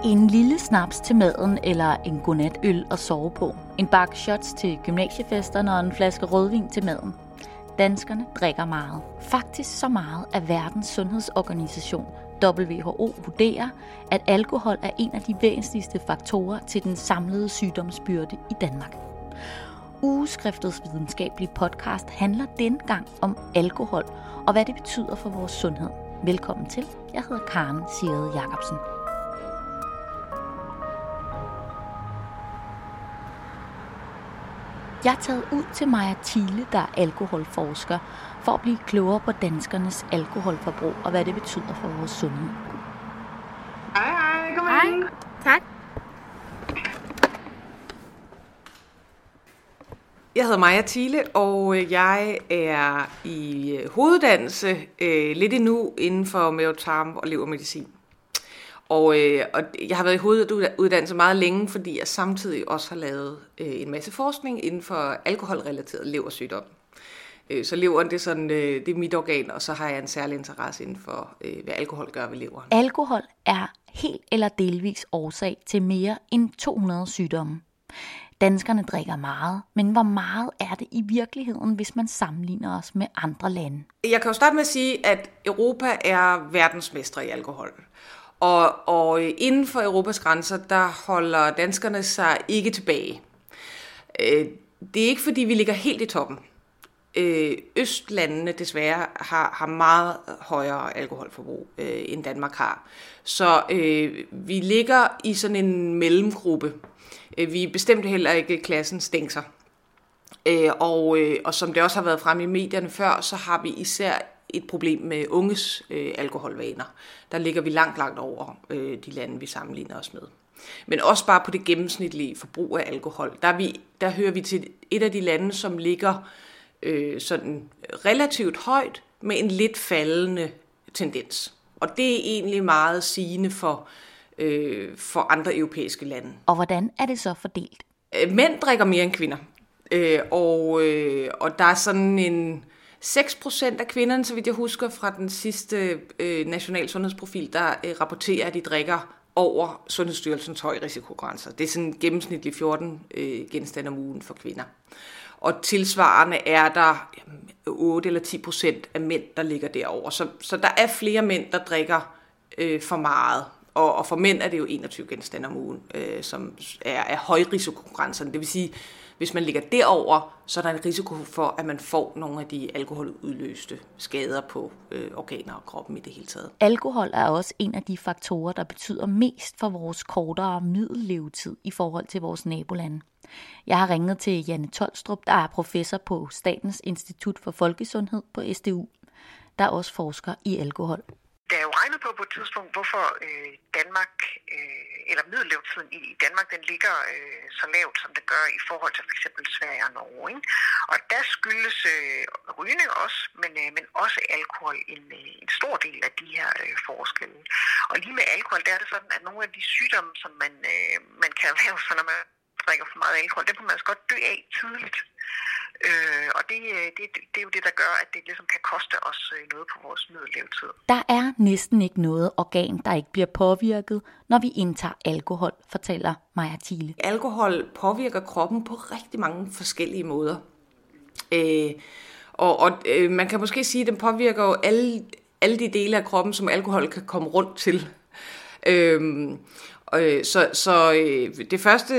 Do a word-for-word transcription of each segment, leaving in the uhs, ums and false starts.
En lille snaps til maden eller en godnatøl at sove på. En bakke shots til gymnasiefesterne og en flaske rødvin til maden. Danskerne drikker meget. Faktisk så meget, at Verdens Sundhedsorganisation W H O vurderer, at alkohol er en af de væsentligste faktorer til den samlede sygdomsbyrde i Danmark. Ugeskriftets videnskabelige podcast handler denne gang om alkohol og hvad det betyder for vores sundhed. Velkommen til. Jeg hedder Karen Sigrid Jacobsen. Jeg er taget ud til Maja Thiele, der er alkoholforsker, for at blive klogere på danskernes alkoholforbrug og hvad det betyder for vores sundhed. Hej, hej, kom Hej. ind. Tak. Jeg hedder Maja Thiele, og jeg er i hoveduddannelse øh, lidt endnu inden for mave-tarm og levermedicin. Og, øh, og jeg har været i hoveduddannelse meget længe, fordi jeg samtidig også har lavet øh, en masse forskning inden for alkoholrelateret leversygdom. Øh, så leveren, det er, sådan, øh, det er mit organ, og så har jeg en særlig interesse inden for, øh, hvad alkohol gør ved leveren. Alkohol er helt eller delvis årsag til mere end to hundrede sygdomme. Danskerne drikker meget, men hvor meget er det i virkeligheden, hvis man sammenligner os med andre lande? Jeg kan jo starte med at sige, at Europa er verdensmestre i alkohol. Og, og inden for Europas grænser, der holder danskerne sig ikke tilbage. Det er ikke, fordi vi ligger helt i toppen. Østlandene desværre har, har meget højere alkoholforbrug, end Danmark har. Så øh, vi ligger i sådan en mellemgruppe. Vi er bestemt heller ikke klassen stængser. Og, og som det også har været fremme i medierne før, så har vi især et problem med unges øh, alkoholvaner. Der ligger vi langt, langt over øh, de lande, vi sammenligner os med. Men også bare på det gennemsnitlige forbrug af alkohol. Der, er vi, der hører vi til et af de lande, som ligger øh, sådan relativt højt, med en lidt faldende tendens. Og det er egentlig meget sigende for, øh, for andre europæiske lande. Og hvordan er det så fordelt? Mænd drikker mere end kvinder. Øh, og, øh, og der er sådan en seks procent af kvinderne, så vidt jeg husker, fra den sidste øh, national sundhedsprofil, der øh, rapporterer, at de drikker over Sundhedsstyrelsens højrisikogrænser. Det er sådan gennemsnitligt fjorten øh, genstande om ugen for kvinder. Og tilsvarende er der jamen, otte eller ti procent af mænd, der ligger derover. Så, så der er flere mænd, der drikker øh, for meget. Og, og for mænd er det jo enogtyve genstande om ugen, øh, som er, er højrisikogrænserne. Det vil sige, hvis man ligger derover, så er der en risiko for, at man får nogle af de alkoholudløste skader på øh, organer og kroppen i det hele taget. Alkohol er også en af de faktorer, der betyder mest for vores kortere middellevetid i forhold til vores nabolande. Jeg har ringet til Janne Tolstrup, der er professor på Statens Institut for Folkesundhed på S D U, der også forsker i alkohol. Der er jo regnet på på et tidspunkt, hvorfor øh, Danmark, øh, eller middellevetiden i Danmark, den ligger øh, så lavt, som det gør i forhold til f.eks. Sverige og Norge. Ikke? Og der skyldes øh, rygning også, men, øh, men også alkohol en, øh, en stor del af de her øh, forskelle. Og lige med alkohol, der er det sådan, at nogle af de sygdomme, som man, øh, man kan erhverve sig, når man drikker for meget alkohol, det kan man altså godt dø af tidligt. Øh, og det, det, det er jo det, der gør, at det ligesom kan koste os noget på vores middellevetid. Der er næsten ikke noget organ, der ikke bliver påvirket, når vi indtager alkohol, fortæller Maja Thiele. Alkohol påvirker kroppen på rigtig mange forskellige måder. Øh, og og øh, man kan måske sige, at den påvirker jo alle, alle de dele af kroppen, som alkohol kan komme rundt til. Øh, Så, så det første,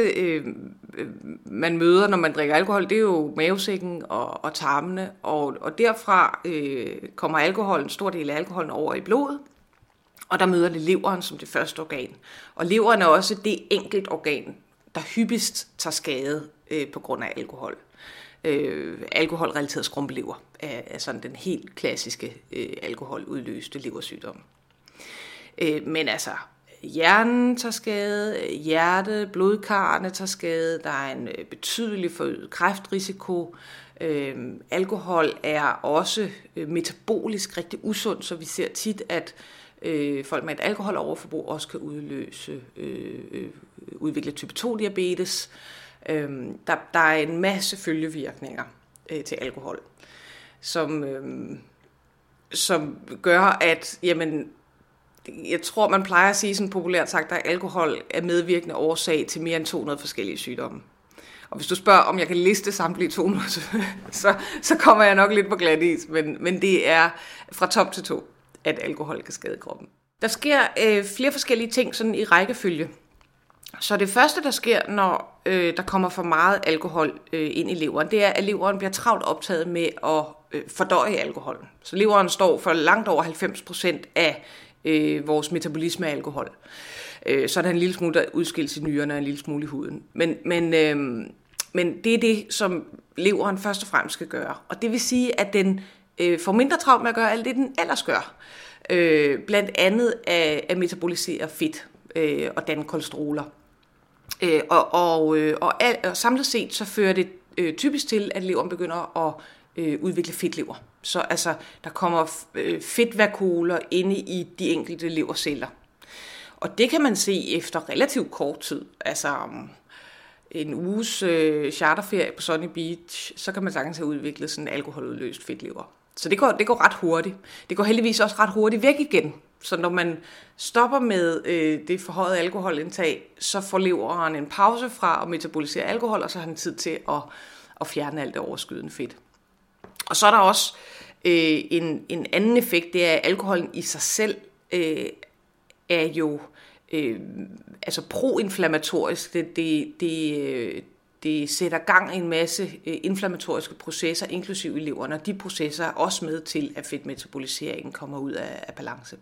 man møder, når man drikker alkohol, det er jo mavesækken og, og tarmene. Og, og derfra øh, kommer alkohol, en stor del af alkoholen over i blodet. Og der møder det leveren som det første organ. Og leveren er også det enkelt organ, der hyppigst tager skade øh, på grund af alkohol. Øh, alkoholrelateret skrumpelever er, er sådan den helt klassiske øh, alkoholudløste leversygdom. Øh, men altså... Hjernen tager skade, hjerte, blodkarrene tager skade, der er en betydelig forøget kræftrisiko. Øhm, alkohol er også øh, metabolisk rigtig usund, så vi ser tit, at øh, folk med et alkoholoverforbrug også kan udløse, øh, øh, udvikle type to diabetes. Øhm, der, der er en masse følgevirkninger øh, til alkohol, som, øh, som gør, at jamen, Jeg tror, man plejer at sige sådan populært sagt, at alkohol er medvirkende årsag til mere end to hundrede forskellige sygdomme. Og hvis du spørger, om jeg kan liste samtlige to hundrede, så, så kommer jeg nok lidt på glat is. Men, men det er fra top til to, at alkohol kan skade kroppen. Der sker øh, flere forskellige ting sådan i rækkefølge. Så det første, der sker, når øh, der kommer for meget alkohol øh, ind i leveren, det er, at leveren bliver travlt optaget med at øh, fordøje alkohol. Så leveren står for langt over halvfems procent af øh, vores metabolisme af alkohol. Øh, så er der en lille smule, der udskilles i nyrerne og en lille smule i huden. Men, men, øh, men det er det, som leveren først og fremmest skal gøre. Og det vil sige, at den øh, får mindre travlt med at gøre alt det, den ellers gør. Øh, blandt andet at, at metabolisere fedt øh, og danne kolesteroler. Øh, og, og, øh, og, al, og samlet set så fører det øh, typisk til, at leveren begynder at øh, udvikle fedtlever. Så altså, der kommer øh, fedtvakuoler inde i de enkelte leverceller. Og det kan man se efter relativt kort tid. Altså en uges øh, charterferie på Sunny Beach, så kan man sagtens have udviklet sådan en alkoholudløst fedtlever. Så det går, det går ret hurtigt. Det går heldigvis også ret hurtigt væk igen. Så når man stopper med øh, det forhøjede alkoholindtag, så får leveren en pause fra at metabolisere alkohol, og så har den tid til at, at fjerne alt det overskydende fedt. Og så er der også øh, en, en anden effekt, det er, at alkoholen i sig selv øh, er jo øh, altså proinflammatorisk. Det, det, det, det sætter gang i en masse øh, inflammatoriske processer, inklusive i leveren, og de processer er også med til, at fedtmetaboliseringen kommer ud af, af balance.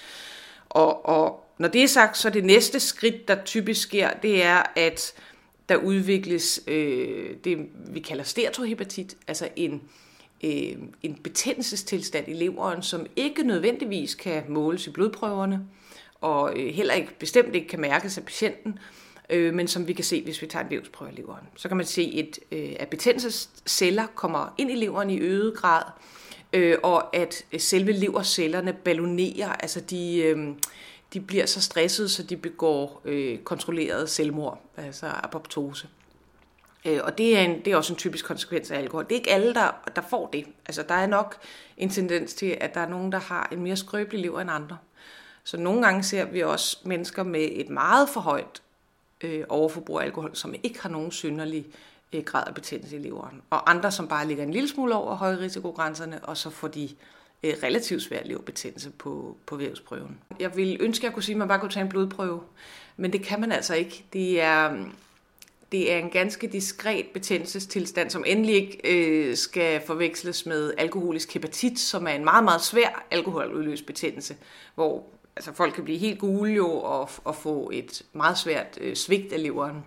Og, og når det er sagt, så det næste skridt, der typisk sker, det er, at der udvikles øh, det, vi kalder steatohepatit, altså en, øh, en betændelsestilstand i leveren, som ikke nødvendigvis kan måles i blodprøverne, og øh, heller ikke bestemt ikke kan mærkes af patienten, øh, men som vi kan se, hvis vi tager en vævsprøve af leveren. Så kan man se, et, øh, at betændelsesceller kommer ind i leveren i øget grad, øh, og at selve levercellerne ballonerer, altså de, øh, de bliver så stressede, så de begår øh, kontrolleret selvmord, altså apoptose. Øh, og det er, en, det er også en typisk konsekvens af alkohol. Det er ikke alle, der, der får det. Altså, der er nok en tendens til, at der er nogen, der har en mere skrøbelig lever end andre. Så nogle gange ser vi også mennesker med et meget for højt øh, overforbrug af alkohol, som ikke har nogen synderlig øh, grad af betændelse i leveren. Og andre, som bare ligger en lille smule over høje risikogrænserne, og så får de øh, relativt svær leverbetændelse på, på vævsprøven. Jeg ville ønske, at jeg kunne sige, at man bare kunne tage en blodprøve, men det kan man altså ikke. Det er, det er en ganske diskret betændelsestilstand, som endelig ikke øh, skal forveksles med alkoholisk hepatit, som er en meget, meget svær alkoholudløst betændelse, hvor altså, folk kan blive helt gule jo, og, og få et meget svært øh, svigt af leveren.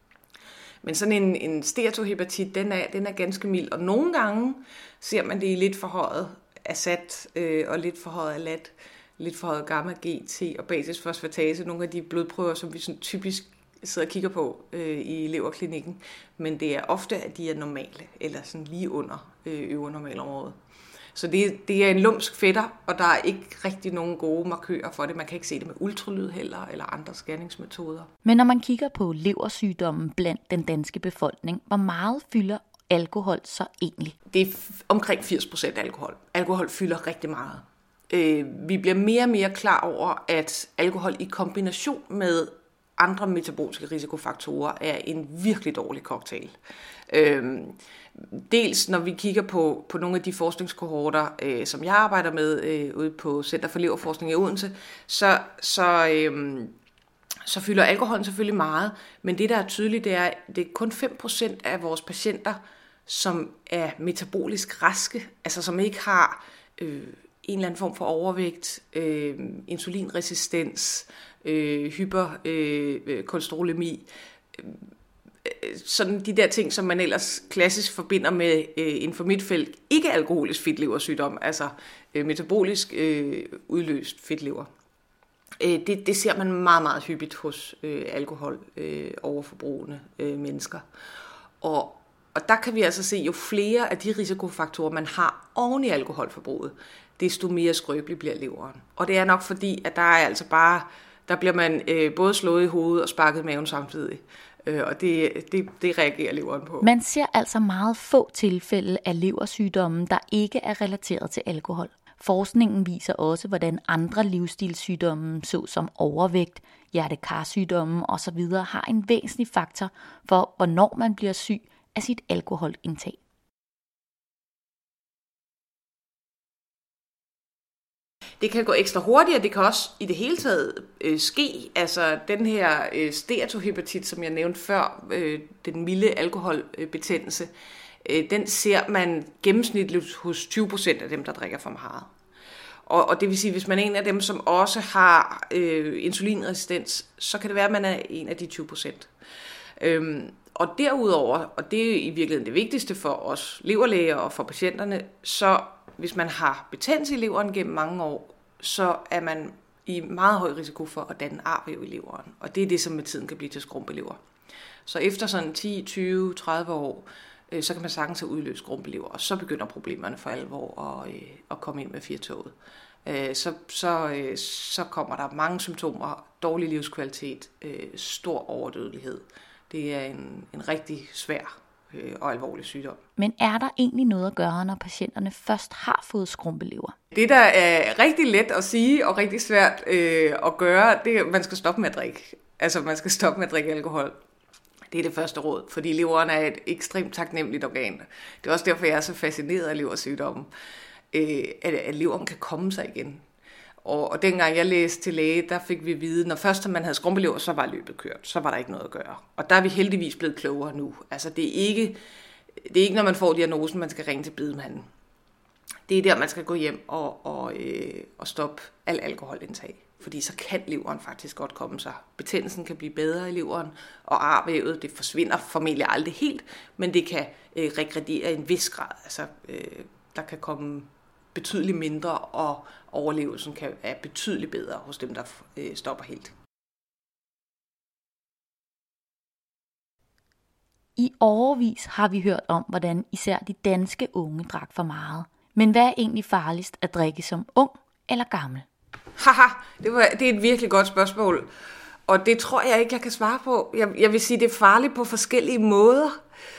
Men sådan en, en steatohepatit, den er, den er ganske mild, og nogle gange ser man det i lidt forhøjet asat øh, og lidt forhøjet alat, lidt forhøjet gamma-G T og basisfosfatase, nogle af de blodprøver, som vi sådan typisk sidder og kigger på øh, i leverklinikken, men det er ofte, at de er normale, eller sådan lige under øh, øvre normalområdet. Så det, det er en lumsk fætter, og der er ikke rigtig nogen gode markører for det. Man kan ikke se det med ultralyd heller, eller andre scanningsmetoder. Men når man kigger på leversygdommen blandt den danske befolkning, hvor meget fylder alkohol så egentlig? Det er omkring firs procent alkohol. Alkohol fylder rigtig meget. Øh, vi bliver mere og mere klar over, at alkohol i kombination med andre metaboliske risikofaktorer er en virkelig dårlig cocktail. Øhm, dels når vi kigger på, på nogle af de forskningskohorter, øh, som jeg arbejder med øh, ude på Center for Leverforskning i Odense, så, så, øh, så fylder alkoholen selvfølgelig meget, men det der er tydeligt, det er, at det er kun fem procent af vores patienter, som er metabolisk raske, altså som ikke har øh, en eller anden form for overvægt, øh, insulinresistens, øh, hyperkolesterolemi, øh, sådan de der ting, som man ellers klassisk forbinder med øh, inden for mit felt, ikke alkoholisk fedtleversygdom, altså øh, metabolisk øh, udløst fedtlever. Øh, det, det ser man meget, meget hyppigt hos øh, alkohol øh, overforbrugende øh, mennesker. Og, og der kan vi altså se, jo flere af de risikofaktorer, man har oven i alkoholforbruget, desto mere skrøbelig bliver leveren. Og det er nok fordi, at der er altså bare, der bliver man øh, både slået i hovedet og sparket i maven samtidig. Og det, det, det reagerer leveren på. Man ser altså meget få tilfælde af leversygdommen, der ikke er relateret til alkohol. Forskningen viser også, hvordan andre livsstilssygdomme, såsom overvægt, hjertekarsygdomme osv., har en væsentlig faktor for, hvornår man bliver syg af sit alkoholindtag. Det kan gå ekstra hurtigt, det kan også i det hele taget øh, ske. Altså den her øh, steatohepatit, som jeg nævnte før, øh, den milde alkoholbetændelse, øh, den ser man gennemsnitligt hos tyve procent af dem, der drikker for meget. Og, og det vil sige, hvis man er en af dem, som også har øh, insulinresistens, så kan det være, at man er en af de tyve procent. Øhm, og derudover, og det er i virkeligheden det vigtigste for os leverlæger og for patienterne, så hvis man har betændelse i leveren gennem mange år, så er man i meget høj risiko for at danne arvæv i leveren. Og det er det, som med tiden kan blive til skrumpelever. Så efter sådan ti, tyve, tredive år, øh, så kan man sagtens have udløst skrumpelever, og så begynder problemerne for alvor at, øh, at komme ind med firtoget. Øh, så, så, øh, så kommer der mange symptomer, dårlig livskvalitet, øh, stor overdødelighed. Det er en, en rigtig svær og alvorlig sygdom. Men er der egentlig noget at gøre, når patienterne først har fået skrumpelever? Det, der er rigtig let at sige og rigtig svært øh, at gøre, det er, at man skal stoppe med at drikke. Altså, man skal stoppe med at drikke alkohol. Det er det første råd, fordi leveren er et ekstremt taknemmeligt organ. Det er også derfor, jeg er så fascineret af leversygdommen, øh, at, at leveren kan komme sig igen. Og, og dengang jeg læste til læge, der fik vi at vide, når først man havde skrumpelever, så var løbet kørt. Så var der ikke noget at gøre. Og der er vi heldigvis blevet klogere nu. Altså det er ikke, det er ikke når man får diagnosen, man skal ringe til bedemanden. Det er der, man skal gå hjem og, og, øh, og stoppe al alkoholindtag. Fordi så kan leveren faktisk godt komme sig. Betændelsen kan blive bedre i leveren, og arvævet, det forsvinder formentlig aldrig helt, men det kan øh, regredere i en vis grad. Altså øh, der kan komme betydeligt mindre, og overlevelsen kan være betydeligt bedre hos dem, der øh, stopper helt. I årevis har vi hørt om, hvordan især de danske unge drak for meget. Men hvad er egentlig farligst at drikke som ung eller gammel? Haha, det, var, det er et virkelig godt spørgsmål, og det tror jeg ikke, jeg kan svare på. Jeg, jeg vil sige, det er farligt på forskellige måder.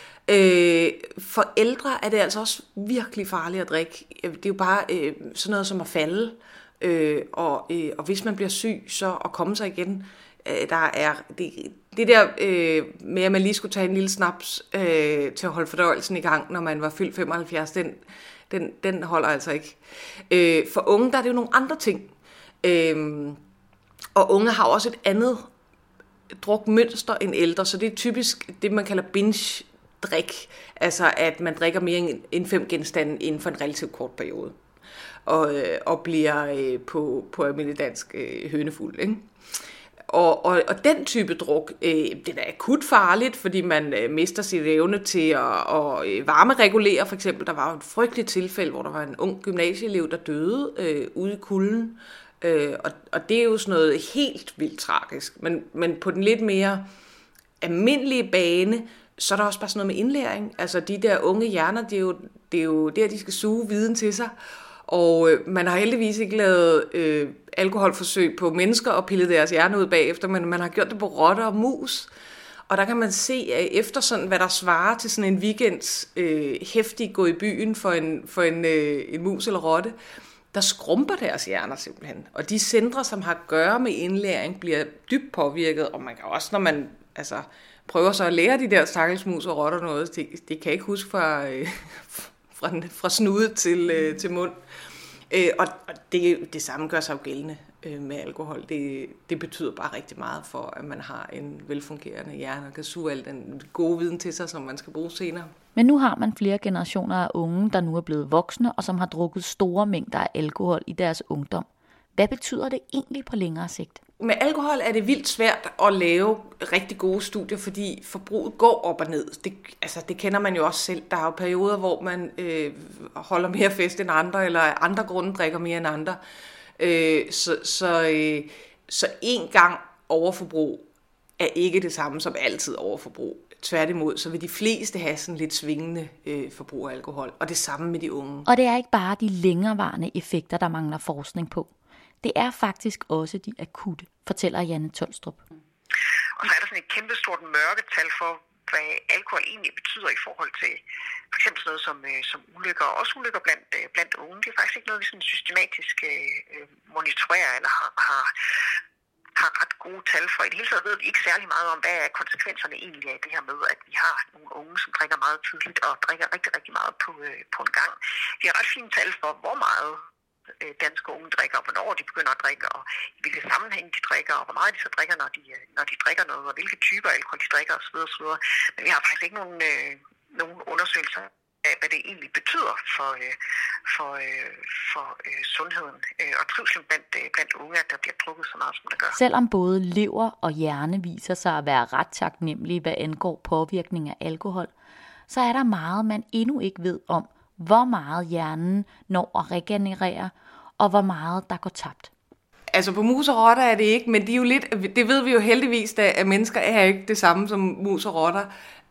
Øh, for ældre er det altså også virkelig farligt at drikke. Det er jo bare øh, sådan noget som at falde, øh, og, øh, og hvis man bliver syg, så at komme sig igen. Øh, der er det, det der øh, med, at man lige skulle tage en lille snaps øh, til at holde fordøjelsen i gang, når man var fyldt femoghalvfjerds, den, den, den holder altså ikke. Øh, for unge, der er det jo nogle andre ting. Øh, og unge har også et andet drukmønster end ældre, så det er typisk det, man kalder binge drik, altså at man drikker mere end fem genstande inden for en relativt kort periode, og, og bliver øh, på, på almindelig dansk øh, hønefuld, ikke? Og, og, og den type druk, øh, det er akut farligt, fordi man øh, mister sit evne til at, at øh, varmeregulere. For eksempel, der var jo et frygteligt tilfælde, hvor der var en ung gymnasieelev, der døde øh, ude i kulden, øh, og, og det er jo sådan noget helt vildt tragisk. Men, men på den lidt mere almindelige bane, så er der også bare sådan noget med indlæring. Altså de der unge hjerner, det er jo, det er jo der, de skal suge viden til sig. Og øh, man har heldigvis ikke lavet øh, alkoholforsøg på mennesker og pillet deres hjerne ud bagefter, men man har gjort det på rotter og mus. Og der kan man se, at efter sådan, hvad der svarer til sådan en weekends øh, hæftig gå i byen for en, for en, øh, en mus eller rotte, der skrumper deres hjerner simpelthen. Og de centre, som har at gøre med indlæring, bliver dybt påvirket, og man kan også, når man altså prøver så at lære de der stakkels mus og rotter noget, det, det kan jeg ikke huske fra, øh, fra, fra snude til, øh, til mund. Øh, og og det, det samme gør sig jo gældende øh, med alkohol. Det, det betyder bare rigtig meget for, at man har en velfungerende hjerne og kan suge al den gode viden til sig, som man skal bruge senere. Men nu har man flere generationer af unge, der nu er blevet voksne, og som har drukket store mængder af alkohol i deres ungdom. Hvad betyder det egentlig på længere sigt? Med alkohol er det vildt svært at lave rigtig gode studier, fordi forbruget går op og ned. Det, altså, det kender man jo også selv. Der er jo perioder, hvor man øh, holder mere fest end andre, eller af andre grunde drikker mere end andre. Øh, så, så, øh, så en gang overforbrug er ikke det samme som altid overforbrug. Tværtimod, så vil de fleste have sådan lidt svingende øh, forbrug af alkohol, og det samme med de unge. Og det er ikke bare de længerevarende effekter, der mangler forskning på. Det er faktisk også de akutte, fortæller Janne Tolstrup. Og så er der sådan et kæmpestort mørketal for, hvad alkohol egentlig betyder i forhold til for eksempel sådan noget som, øh, som ulykker, og også ulykker blandt, øh, blandt unge. Det er faktisk ikke noget, vi sådan systematisk øh, monitorerer eller har, har, har ret gode tal for. I det hele taget ved vi ikke særlig meget om, hvad er konsekvenserne egentlig af det her med, at vi har nogle unge, som drikker meget tidligt og drikker rigtig, rigtig meget på, øh, på en gang. Vi har ret fine tal for, hvor meget danske unge drikker, og hvornår de begynder at drikke, og i hvilke sammenhæng de drikker, og hvor meget de så drikker, når de, når de drikker noget, og hvilke typer alkohol de drikker osv. osv. Men vi har faktisk ikke nogen, øh, nogen undersøgelser af, hvad det egentlig betyder for, øh, for, øh, for øh, sundheden øh, og trivselen blandt, øh, blandt unge, at der bliver drukket så meget, som der gør. Selvom både lever og hjerne viser sig at være ret taknemmelige, hvad angår påvirkning af alkohol, så er der meget, man endnu ikke ved om, hvor meget hjernen når at regenerere, og hvor meget der går tabt. Altså på mus og rotter er det ikke, men de er jo lidt, det ved vi jo heldigvis, at mennesker er ikke det samme som mus og rotter.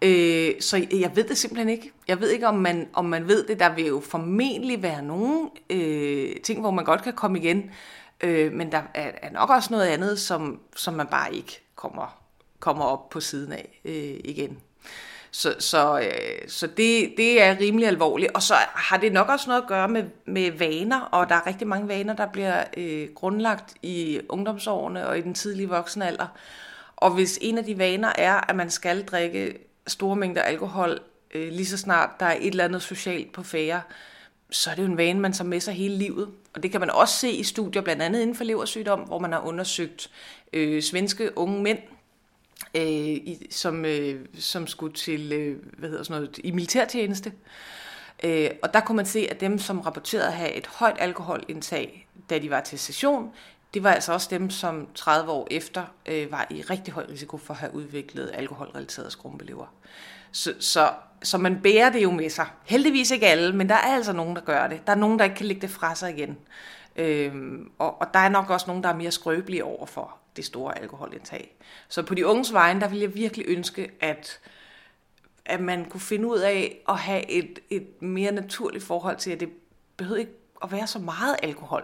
Øh, så jeg ved det simpelthen ikke. Jeg ved ikke, om man, om man ved det. Der vil jo formentlig være nogle øh, ting, hvor man godt kan komme igen, øh, men der er, er nok også noget andet, som, som man bare ikke kommer, kommer op på siden af øh, igen. Så, så, øh, så det, det er rimelig alvorligt. Og så har det nok også noget at gøre med, med vaner, og der er rigtig mange vaner, der bliver øh, grundlagt i ungdomsårene og i den tidlige voksenalder. Og hvis en af de vaner er, at man skal drikke store mængder alkohol, øh, lige så snart der er et eller andet socialt på færde, så er det jo en vane, man tager med sig hele livet. Og det kan man også se i studier, blandt andet inden for leversygdom, hvor man har undersøgt øh, svenske unge mænd, Øh, i, som, øh, som skulle til øh, hvad hedder sådan noget, i militærtjeneste. Øh, og der kunne man se, at dem, som rapporterede at have et højt alkoholindtag, da de var til session, det var altså også dem, som tredive år efter øh, var i rigtig høj risiko for at have udviklet alkoholrelateret skrumpelever. Så, så, så man bærer det jo med sig. Heldigvis ikke alle, men der er altså nogen, der gør det. Der er nogen, der ikke kan lægge det fra sig igen. Øh, og, og der er nok også nogen, der er mere skrøbelige over for det store alkoholindtag. Så på de unges vegne, der vil jeg virkelig ønske, at, at man kunne finde ud af at have et, et mere naturligt forhold til, at det behøver ikke at være så meget alkohol.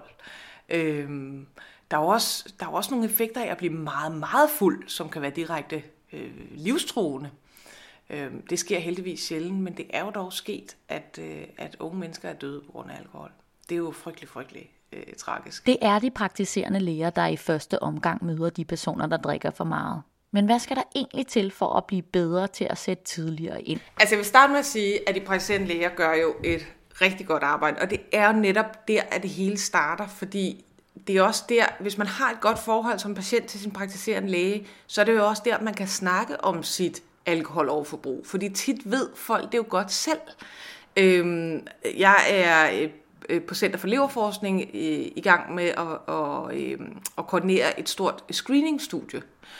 Øhm, der, er også, der er også nogle effekter af at blive meget, meget fuld, som kan være direkte øh, livstruende. Øhm, det sker heldigvis sjældent, men det er jo dog sket, at, øh, at unge mennesker er døde på grund af alkohol. Det er jo frygtelig, frygtelig øh, tragisk. Det er de praktiserende læger, der i første omgang møder de personer, der drikker for meget. Men hvad skal der egentlig til for at blive bedre til at sætte tidligere ind? Altså jeg vil starte med at sige, at de praktiserende læger gør jo et rigtig godt arbejde, og det er jo netop der, at det hele starter, fordi det er også der, hvis man har et godt forhold som patient til sin praktiserende læge, så er det jo også der, man kan snakke om sit alkoholoverforbrug, fordi tit ved folk det jo godt selv. Øhm, jeg er på Center for Leverforskning i gang med at, at, at koordinere et stort screeningstudie.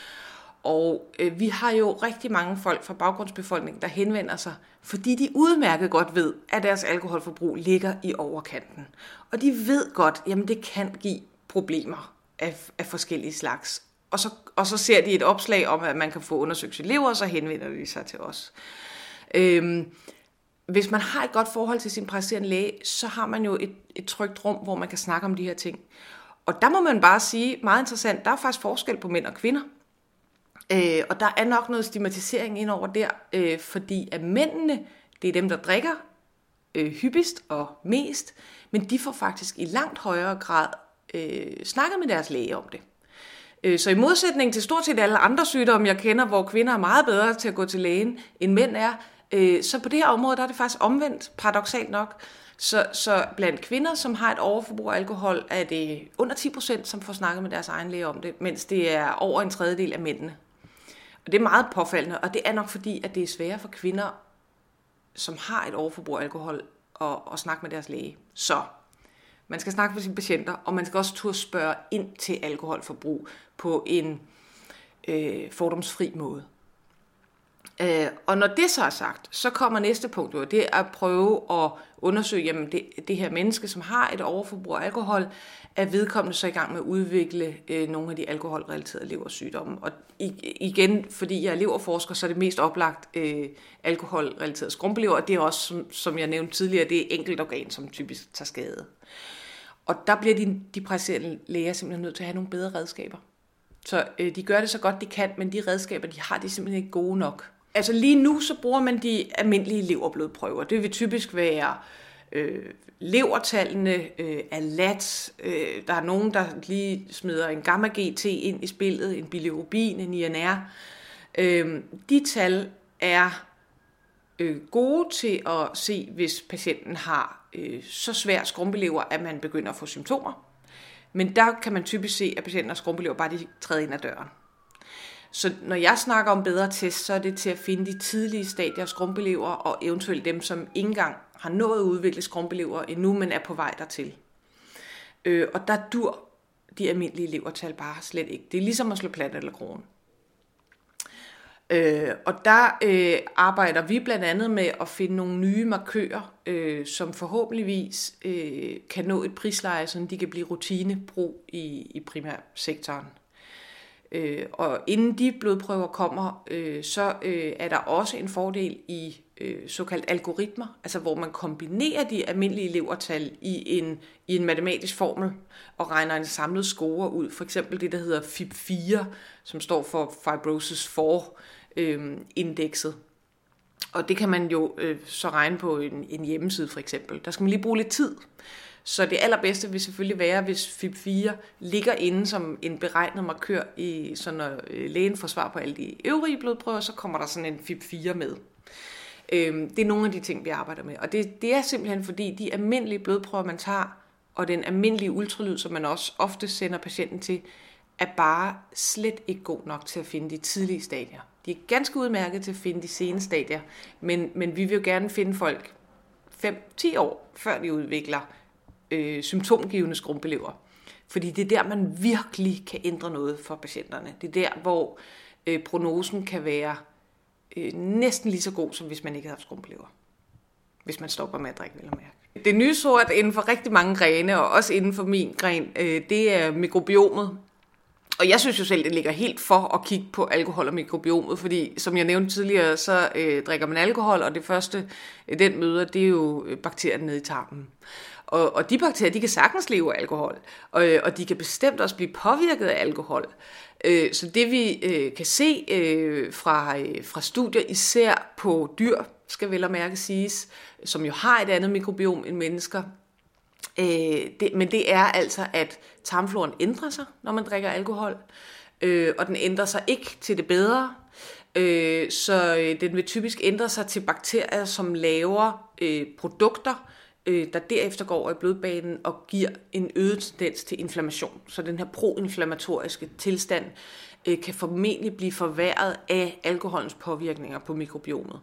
Og øh, vi har jo rigtig mange folk fra baggrundsbefolkningen, der henvender sig, fordi de udmærket godt ved, at deres alkoholforbrug ligger i overkanten. Og de ved godt, jamen det kan give problemer af, af forskellige slags. Og så, og så ser de et opslag om, at man kan få undersøgt sit lever, og så henvender de sig til os. Øhm, hvis man har et godt forhold til sin praktiserende læge, så har man jo et, et trygt rum, hvor man kan snakke om de her ting. Og der må man bare sige, meget interessant, der er faktisk forskel på mænd og kvinder. Øh, og der er nok noget stigmatisering ind over der, øh, fordi at mændene, det er dem, der drikker øh, hyppigst og mest, men de får faktisk i langt højere grad øh, snakket med deres læge om det. Øh, så i modsætning til stort set alle andre sygdomme, jeg kender, hvor kvinder er meget bedre til at gå til lægen, end mænd er, øh, så på det her område, der er det faktisk omvendt, paradoksalt nok. Så, så blandt kvinder, som har et overforbrug af alkohol, er det under ti procent, som får snakket med deres egen læge om det, mens det er over en tredjedel af mændene. Og det er meget påfaldende, og det er nok fordi, at det er sværere for kvinder, som har et overforbrug af alkohol, at, at snakke med deres læge. Så man skal snakke med sine patienter, og man skal også turde spørge ind til alkoholforbrug på en øh, fordomsfri måde. Øh, og når det så er sagt, så kommer næste punkt jo, det er at prøve at undersøge, jamen det, det her menneske, som har et overforbrug af alkohol, er vedkommende så i gang med at udvikle øh, nogle af de alkoholrelaterede leversygdomme. Og igen, fordi jeg er leverforsker, så er det mest oplagt øh, alkoholrelateret skrumpelever, og det er også, som, som jeg nævnte tidligere, det er enkelt organ, som typisk tager skade. Og der bliver de, de praktiserende læger simpelthen nødt til at have nogle bedre redskaber. Så øh, de gør det så godt de kan, men de redskaber, de har, de er simpelthen ikke gode nok. Altså lige nu, så bruger man de almindelige leverblodprøver. Det vil typisk være øh, levertallene, øh, alat, øh, der er nogen, der lige smider en gamma-G T ind i spillet, en bilirubin, en I N R. Øh, de tal er øh, gode til at se, hvis patienten har øh, så svær skrumpelever, at man begynder at få symptomer. Men der kan man typisk se, at patienten har skrumpelever, bare de træder ind ad døren. Så når jeg snakker om bedre test, så er det til at finde de tidlige stadier af skrumpelever, og eventuelt dem, som ikke engang har nået at udvikle skrumpelever endnu, men er på vej dertil. Øh, og der dur de almindelige levertal bare slet ikke. Det er ligesom at slå plat eller krogen. Øh, og der øh, arbejder vi blandt andet med at finde nogle nye markører, øh, som forhåbentligvis øh, kan nå et prisleje, så de kan blive rutinebrug i, i primærsektoren. Øh, og inden de blodprøver kommer, øh, så øh, er der også en fordel i øh, såkaldt algoritmer, altså hvor man kombinerer de almindelige levertal i en, i en matematisk formel og regner en samlet score ud. For eksempel det, der hedder F I B fire, som står for Fibrosis fire indekset. Og det kan man jo øh, så regne på en, en hjemmeside for eksempel. Der skal man lige bruge lidt tid. Så det allerbedste vil selvfølgelig være, hvis F I B fire ligger inde som en beregnet markør, i, så når lægen får svar på alle de øvrige blodprøver, så kommer der sådan en F I B fire med. Øhm, det er nogle af de ting, vi arbejder med. Og det, det er simpelthen fordi, de almindelige blodprøver, man tager, og den almindelige ultralyd, som man også ofte sender patienten til, er bare slet ikke god nok til at finde de tidlige stadier. De er ganske udmærket til at finde de sene stadier, men, men vi vil jo gerne finde folk fem til ti år, før de udvikler øh, symptomgivende skrumpelever. Fordi det er der, man virkelig kan ændre noget for patienterne. Det er der, hvor øh, prognosen kan være øh, næsten lige så god, som hvis man ikke havde haft skrumpelever. Hvis man stopper med at drikke, vil jeg mærke. Det nye sort inden for rigtig mange grene, og også inden for min gren, øh, det er mikrobiomet. Og jeg synes jo selv, det ligger helt for at kigge på alkohol og mikrobiomet, fordi som jeg nævnte tidligere, så øh, drikker man alkohol, og det første, øh, den møder, det er jo bakterierne nede i tarmen. Og, og de bakterier, de kan sagtens leve af alkohol, og, og de kan bestemt også blive påvirket af alkohol. Øh, så det vi øh, kan se øh, fra, øh, fra studier, især på dyr, skal vel og mærke siges, som jo har et andet mikrobiom end mennesker, øh, det, men det er altså, at tarmfloren ændrer sig, når man drikker alkohol, øh, og den ændrer sig ikke til det bedre, øh, så øh, den vil typisk ændre sig til bakterier, som laver øh, produkter, øh, der derefter går over i blodbanen og giver en øget tendens til inflammation. Så den her proinflammatoriske tilstand øh, kan formentlig blive forværret af alkoholens påvirkninger på mikrobiomet.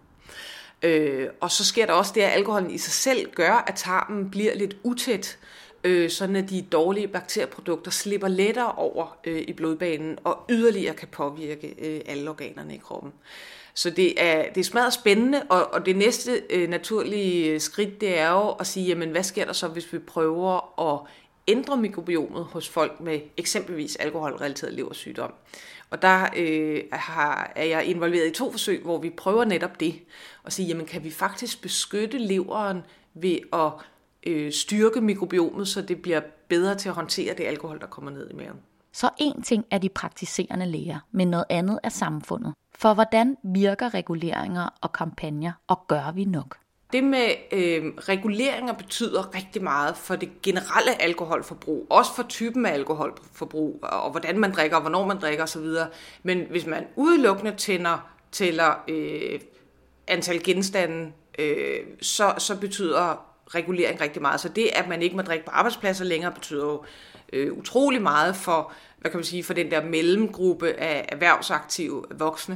Øh, og så sker der også det, at alkoholen i sig selv gør, at tarmen bliver lidt utæt, øh, sådan at de dårlige bakterieprodukter slipper lettere over øh, i blodbanen og yderligere kan påvirke øh, alle organerne i kroppen. Så det er, det er smadret spændende, og, og det næste øh, naturlige skridt, det er jo at sige, jamen hvad sker der så, hvis vi prøver at ændre mikrobiomet hos folk med eksempelvis alkoholrelateret leversygdom. Og der øh, har, er jeg involveret i to forsøg, hvor vi prøver netop det, og sige, jamen kan vi faktisk beskytte leveren ved at øh, styrke mikrobiomet, så det bliver bedre til at håndtere det alkohol, der kommer ned i maven. Så en ting er de praktiserende læger, men noget andet er samfundet. For hvordan virker reguleringer og kampagner, og gør vi nok? Det med øh, reguleringer betyder rigtig meget for det generelle alkoholforbrug, også for typen af alkoholforbrug, og hvordan man drikker, og hvornår man drikker osv. Men hvis man udelukkende tænder, tæller øh, antal genstande, øh, så, så betyder regulering rigtig meget. Så det, at man ikke må drikke på arbejdspladser længere, betyder jo øh, utrolig meget for, hvad kan man sige, for den der mellemgruppe af erhvervsaktive voksne.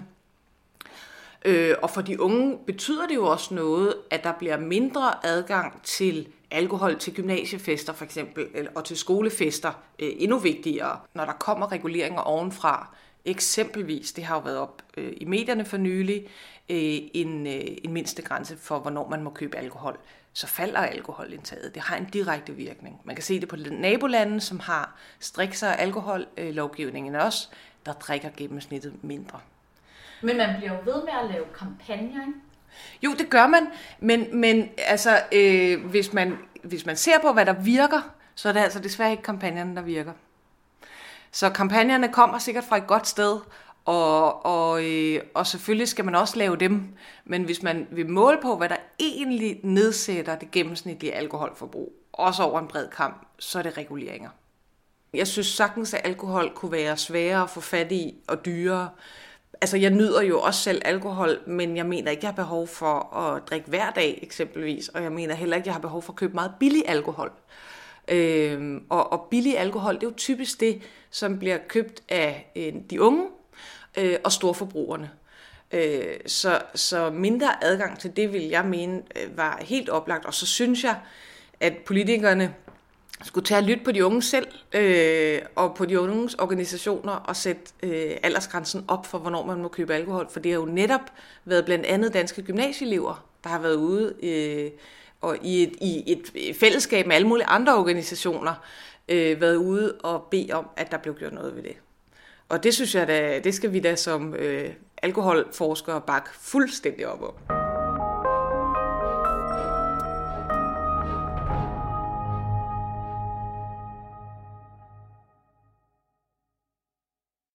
Øh, og for de unge betyder det jo også noget, at der bliver mindre adgang til alkohol til gymnasiefester for eksempel, og til skolefester, øh, endnu vigtigere, når der kommer reguleringer ovenfra. Eksempelvis, det har jo været op øh, i medierne for nylig, øh, en, øh, en mindste grænse for, hvornår man må købe alkohol. Så falder alkoholindtaget. Det har en direkte virkning. Man kan se det på nabolande, som har striksere alkohollovgivning end os, der drikker gennemsnittet mindre. Men man bliver jo ved med at lave kampagner, ikke? Jo, det gør man, men, men altså, øh, hvis, man, hvis man ser på, hvad der virker, så er det altså desværre ikke kampagnerne, der virker. Så kampagnerne kommer sikkert fra et godt sted, Og, og, øh, og selvfølgelig skal man også lave dem, men hvis man vil måle på, hvad der egentlig nedsætter det gennemsnitlige alkoholforbrug, også over en bred kamp, så er det reguleringer. Jeg synes sagtens, at alkohol kunne være sværere at få fat i og dyrere. Altså, jeg nyder jo også selv alkohol, men jeg mener ikke, jeg har behov for at drikke hver dag eksempelvis, og jeg mener heller ikke, jeg har behov for at købe meget billig alkohol. Øhm, og, og billig alkohol, det er jo typisk det, som bliver købt af øh, de unge øh, og storforbrugerne. Øh, så, så mindre adgang til det, vil jeg mene, øh, var helt oplagt. Og så synes jeg, at politikerne skulle tage at lytte på de unge selv, øh, og på de unges organisationer, og sætte øh, aldersgrænsen op for, hvornår man må købe alkohol. For det har jo netop været blandt andet danske gymnasieelever, der har været ude øh, og i et, i et fællesskab med alle mulige andre organisationer, øh, været ude og bede om, at der blev gjort noget ved det. Og det synes jeg da, det skal vi da som øh, alkoholforskere bakke fuldstændig op om.